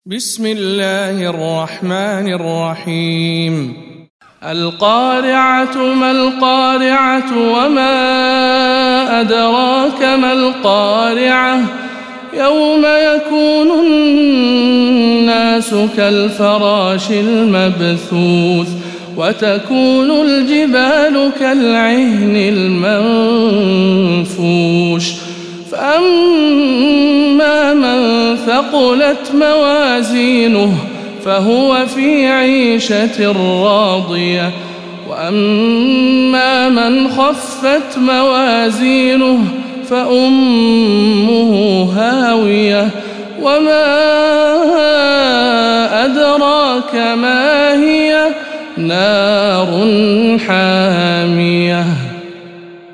بسم الله الرحمن الرحيم القارعة ما القارعة وما أدراك ما القارعة يوم يكون الناس كالفراش المبثوث وتكون الجبال كالعهن المنفوش فأما من ثقلت موازينه فهو في عيشة راضية وأما من خفت موازينه فأمه هاوية وما أدراك ما هي نار حامية